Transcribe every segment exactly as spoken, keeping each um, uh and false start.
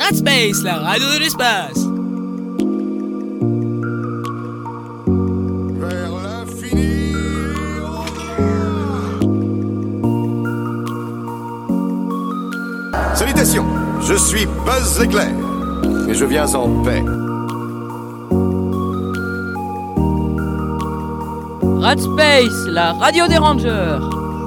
Radspace, la radio de l'espace. Vers l'infini. Salutations, je suis Buzz Éclair et je viens en paix. Radspace, la radio des Rangers.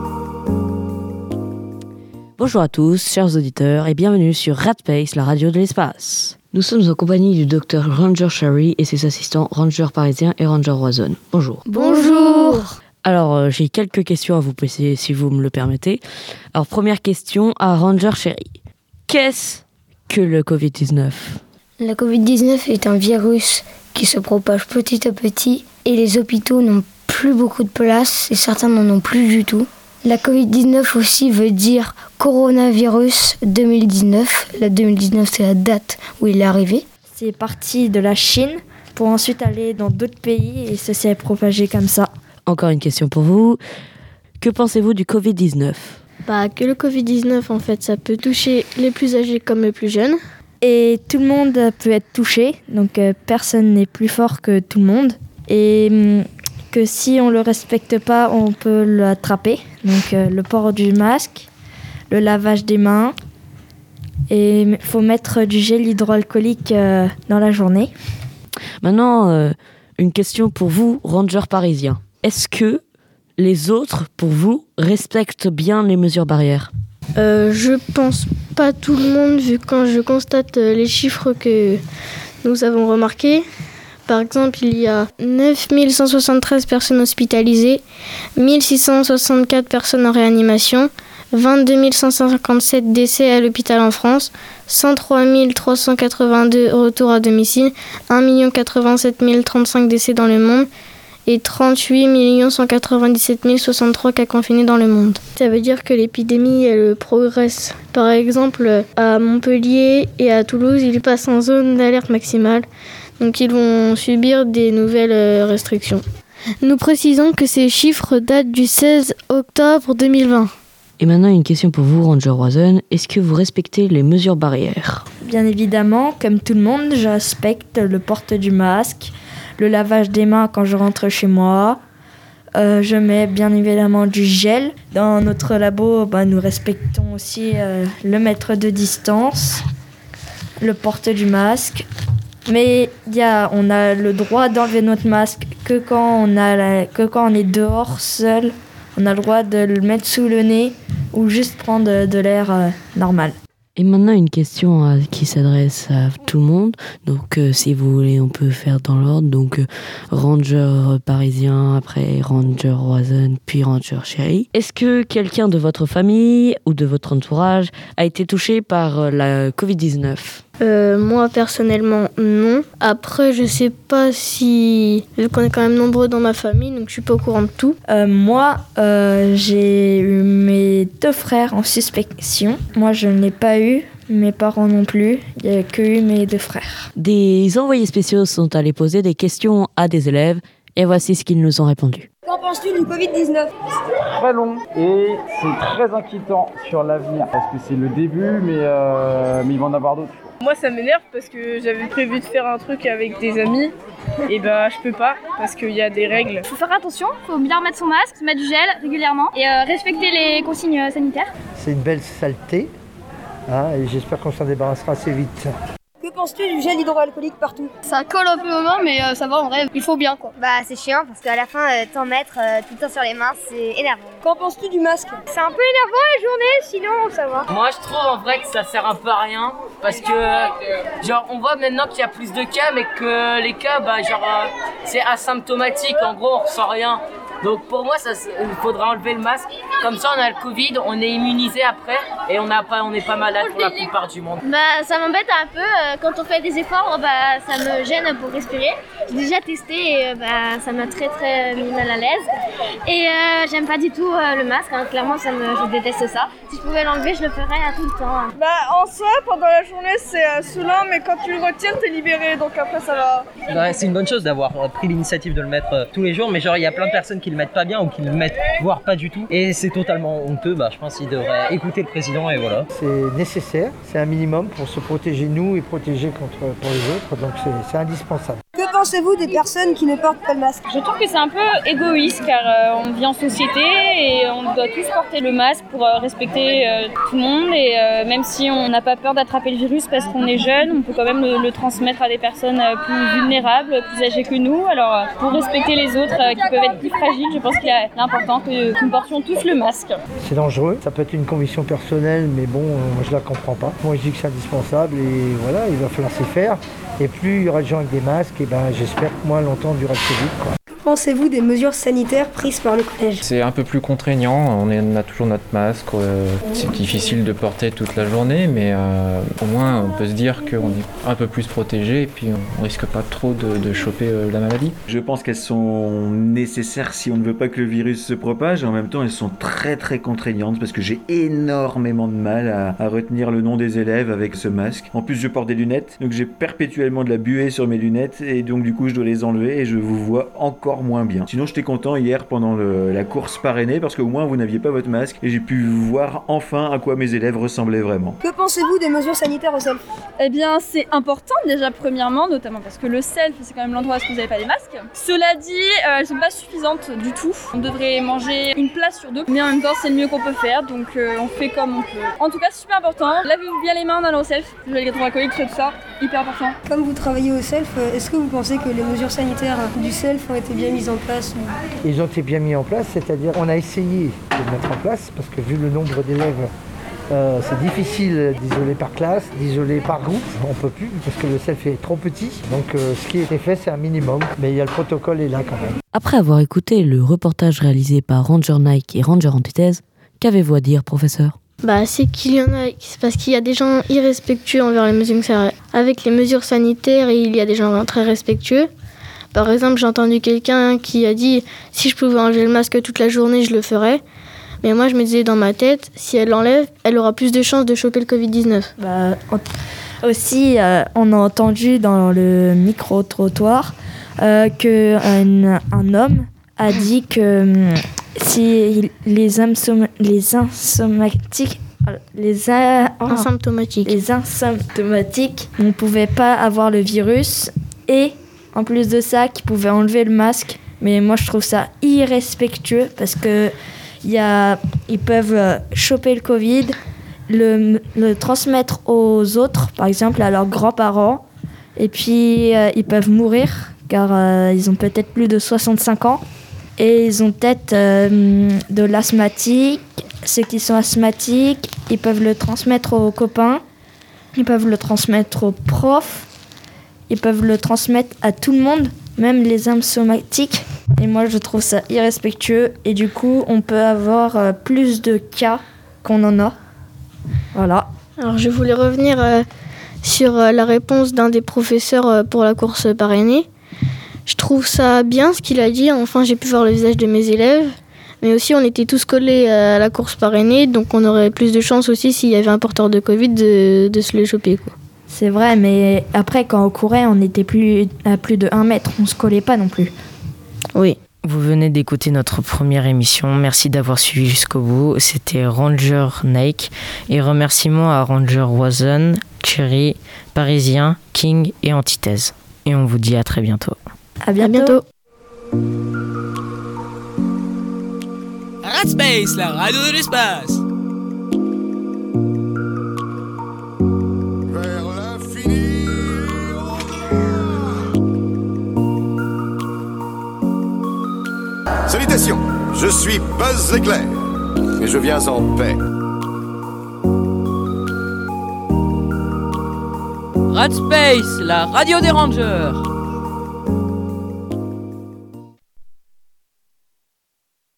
Bonjour à tous, chers auditeurs, et bienvenue sur Radspace, la radio de l'espace. Nous sommes en compagnie du docteur Ranger Sherry et ses assistants Ranger Parisien et Ranger Roison. Bonjour. Bonjour. Alors, euh, j'ai quelques questions à vous poser, si vous me le permettez. Alors, première question à Ranger Sherry. Qu'est-ce que le covid dix-neuf ? La covid dix-neuf est un virus qui se propage petit à petit et les hôpitaux n'ont plus beaucoup de place et certains n'en ont plus du tout. La covid dix-neuf aussi veut dire coronavirus deux mille dix-neuf. La deux mille dix-neuf, c'est la date où il est arrivé. C'est parti de la Chine pour ensuite aller dans d'autres pays et ça s'est propagé comme ça. Encore une question pour vous. Que pensez-vous du covid dix-neuf ? Bah, que le covid dix-neuf, en fait, ça peut toucher les plus âgés comme les plus jeunes. Et tout le monde peut être touché, donc euh, personne n'est plus fort que tout le monde. Et hum, que si on ne le respecte pas, on peut l'attraper. Donc euh, le port du masque, le lavage des mains, et il faut mettre du gel hydroalcoolique euh, dans la journée. Maintenant, euh, une question pour vous, Ranger Parisien. Est-ce que les autres, pour vous, respectent bien les mesures barrières ? Euh, je pense pas tout le monde, vu quand je constate les chiffres que nous avons remarqués. Par exemple, il y a neuf mille cent soixante-treize personnes hospitalisées, mille six cent soixante-quatre personnes en réanimation, vingt-deux mille cent cinquante-sept décès à l'hôpital en France, cent trois mille trois cent quatre-vingt-deux retours à domicile, un million quatre-vingt-sept mille trente-cinq décès dans le monde et trente-huit millions cent quatre-vingt-dix-sept mille soixante-trois cas confinés dans le monde. Ça veut dire que l'épidémie, elle progresse. Par exemple, à Montpellier et à Toulouse, ils passent en zone d'alerte maximale. Donc ils vont subir des nouvelles restrictions. Nous précisons que ces chiffres datent du seize octobre deux mille vingt. Et maintenant, une question pour vous, Ranger Roison. Est-ce que vous respectez les mesures barrières ? Bien évidemment, comme tout le monde, je respecte le port du masque, le lavage des mains quand je rentre chez moi. Euh, je mets bien évidemment du gel. Dans notre labo, bah, nous respectons aussi euh, le mètre de distance, le port du masque. Mais y a, on a le droit d'enlever notre masque que quand on, a la, que quand on est dehors seul. On a le droit de le mettre sous le nez ou juste prendre de, de l'air euh, normal. Et maintenant, une question euh, qui s'adresse à tout le monde. Donc, euh, si vous voulez, on peut faire dans l'ordre. Donc, euh, Ranger Parisien, après Ranger Roison, puis Ranger Sherry. Est-ce que quelqu'un de votre famille ou de votre entourage a été touché par euh, la covid dix-neuf ? Euh, moi personnellement non. Après je sais pas si, vu qu'on est quand même nombreux dans ma famille, donc je suis pas au courant de tout. Euh, moi euh, j'ai eu mes deux frères en suspicion. Moi je ne l'ai pas eu, mes parents non plus. Il n'y a que eu mes deux frères. Des envoyés spéciaux sont allés poser des questions à des élèves et voici ce qu'ils nous ont répondu. Qu'en penses-tu du covid dix-neuf ? C'est très long et c'est très inquiétant sur l'avenir parce que c'est le début mais, euh, mais il va en avoir d'autres. Moi ça m'énerve parce que j'avais prévu de faire un truc avec des amis et bah je peux pas parce qu'il y a des règles. Faut faire attention, faut bien remettre son masque, se mettre du gel régulièrement et euh, respecter les consignes euh, sanitaires. C'est une belle saleté hein, et j'espère qu'on s'en débarrassera assez vite. Que penses-tu du gel hydroalcoolique partout ? Ça colle un peu aux mains mais euh, ça va en vrai, il faut bien quoi. Bah c'est chiant parce qu'à la fin euh, t'en mettre euh, tout le temps sur les mains c'est énervant. Qu'en penses-tu du masque ? C'est un peu énervant la journée, sinon ça va. Moi je trouve en vrai que ça sert un peu à rien parce que genre on voit maintenant qu'il y a plus de cas mais que les cas bah genre euh, c'est asymptomatique, en gros on ressent rien. Donc pour moi, ça, il faudra enlever le masque. Comme ça, on a le Covid, on est immunisé après et on n'a pas, on n'est pas malade pour la plupart du monde. Bah, ça m'embête un peu. Euh, quand on fait des efforts, bah, ça me gêne pour respirer. J'ai déjà testé et bah, ça m'a très très mis mal à l'aise. Et euh, j'aime pas du tout euh, le masque. Hein. Clairement, ça me, je déteste ça. Si je pouvais l'enlever, je le ferais à tout le temps. Hein. Bah, en soi, pendant la journée, c'est euh, saoulant, mais quand tu le retires, t'es libéré. Donc après, ça va. Bah, c'est une bonne chose d'avoir pris l'initiative de le mettre euh, tous les jours, mais genre, il y a plein de personnes qui qu'ils le mettent pas bien ou qu'ils le mettent voire pas du tout. Et c'est totalement honteux, bah, je pense qu'ils devraient écouter le président et voilà. C'est nécessaire, c'est un minimum pour se protéger nous et protéger contre pour les autres, donc c'est, c'est indispensable. Que pensez-vous des personnes qui ne portent pas le masque? Je trouve que c'est un peu égoïste car euh, on vit en société et on doit tous porter le masque pour euh, respecter euh, tout le monde et euh, même si on n'a pas peur d'attraper le virus parce qu'on est jeune, on peut quand même le, le transmettre à des personnes euh, plus vulnérables, plus âgées que nous. Alors euh, pour respecter les autres euh, qui peuvent être plus fragiles, je pense qu'il est important que, que nous portions tous le masque. C'est dangereux, ça peut être une conviction personnelle mais bon, euh, moi je la comprends pas. Moi je dis que c'est indispensable et voilà, il va falloir s'y faire. Et plus il y aura de gens avec des masques, et ben j'espère que moins longtemps durera le Covid, quoi. Que pensez-vous des mesures sanitaires prises par le collège? C'est un peu plus contraignant, on, est, on a toujours notre masque, euh, c'est difficile de porter toute la journée, mais euh, au moins on peut se dire qu'on est un peu plus protégé et puis on risque pas trop de, de choper euh, la maladie. Je pense qu'elles sont nécessaires si on ne veut pas que le virus se propage, et en même temps elles sont très très contraignantes parce que j'ai énormément de mal à, à retenir le nom des élèves avec ce masque. En plus je porte des lunettes, donc j'ai perpétuellement de la buée sur mes lunettes et donc du coup je dois les enlever et je vous vois encore moins bien. Sinon j'étais content hier pendant le, la course parrainée parce qu'au moins vous n'aviez pas votre masque et j'ai pu voir enfin à quoi mes élèves ressemblaient vraiment. Que pensez-vous des mesures sanitaires au self? Eh bien c'est important déjà premièrement, notamment parce que le self c'est quand même l'endroit où est-ce que vous n'avez pas les masques. Cela dit, euh, elles sont pas suffisantes du tout. On devrait manger une place sur deux, mais en même temps c'est le mieux qu'on peut faire, donc euh, on fait comme on peut. En tout cas c'est super important, lavez-vous bien les mains en allant au self, je vais les hydroalcooliques, tout ça, hyper important. Comme vous travaillez au self, est-ce que vous pensez que les mesures sanitaires du self ont été bien mises en place? Ils ont été bien mis en place, c'est-à-dire on a essayé de le mettre en place parce que vu le nombre d'élèves, euh, c'est difficile d'isoler par classe, d'isoler par groupe, on peut plus parce que le self est trop petit. Donc euh, ce qui a été fait c'est un minimum, mais il y a le protocole est là quand même. Après avoir écouté le reportage réalisé par Ranger Nike et Ranger Antithèse, qu'avez-vous à dire, professeur? Bah, c'est qu'il y en a, c'est parce qu'il y a des gens irrespectueux envers les mesures avec les mesures sanitaires et il y a des gens très respectueux. Par exemple, j'ai entendu quelqu'un qui a dit si je pouvais enlever le masque toute la journée, je le ferais. Mais moi, je me disais dans ma tête, si elle l'enlève, elle aura plus de chances de choper le covid dix-neuf. Bah, aussi, euh, on a entendu dans le micro-trottoir euh, qu'un un homme a dit que euh, si les, insom- les asymptomatiques, les, a- oh, asymptomatiques. les asymptomatiques ne pouvaient pas avoir le virus et en plus de ça, qu'ils pouvaient enlever le masque. Mais moi, je trouve ça irrespectueux parce que y a, ils peuvent choper le Covid, le, le transmettre aux autres, par exemple à leurs grands-parents, et puis euh, ils peuvent mourir car euh, ils ont peut-être plus de soixante-cinq ans et ils ont peut-être euh, de l'asthmatique. Ceux qui sont asthmatiques, ils peuvent le transmettre aux copains, ils peuvent le transmettre aux profs, ils peuvent le transmettre à tout le monde, même les asymptomatiques. Et moi, je trouve ça irrespectueux. Et du coup, on peut avoir euh, plus de cas qu'on en a. Voilà. Alors, je voulais revenir euh, sur euh, la réponse d'un des professeurs euh, pour la course parrainée. Je trouve ça bien ce qu'il a dit. Enfin, j'ai pu voir le visage de mes élèves. Mais aussi, on était tous collés à la course parrainée. Donc, on aurait plus de chance aussi s'il y avait un porteur de Covid de, de se le choper, quoi. C'est vrai, mais après, quand on courait, on était plus à plus de un mètre. On se collait pas non plus. Oui. Vous venez d'écouter notre première émission. Merci d'avoir suivi jusqu'au bout. C'était Ranger Nike. Et remerciements à Ranger Wazen, Cherry, Parisien, King et Antithèse. Et on vous dit à très bientôt. À bientôt. À bientôt. Radspace, la radio de l'espace. Salutations, je suis Buzz Éclair et je viens en paix. Radspace, la radio des Rangers.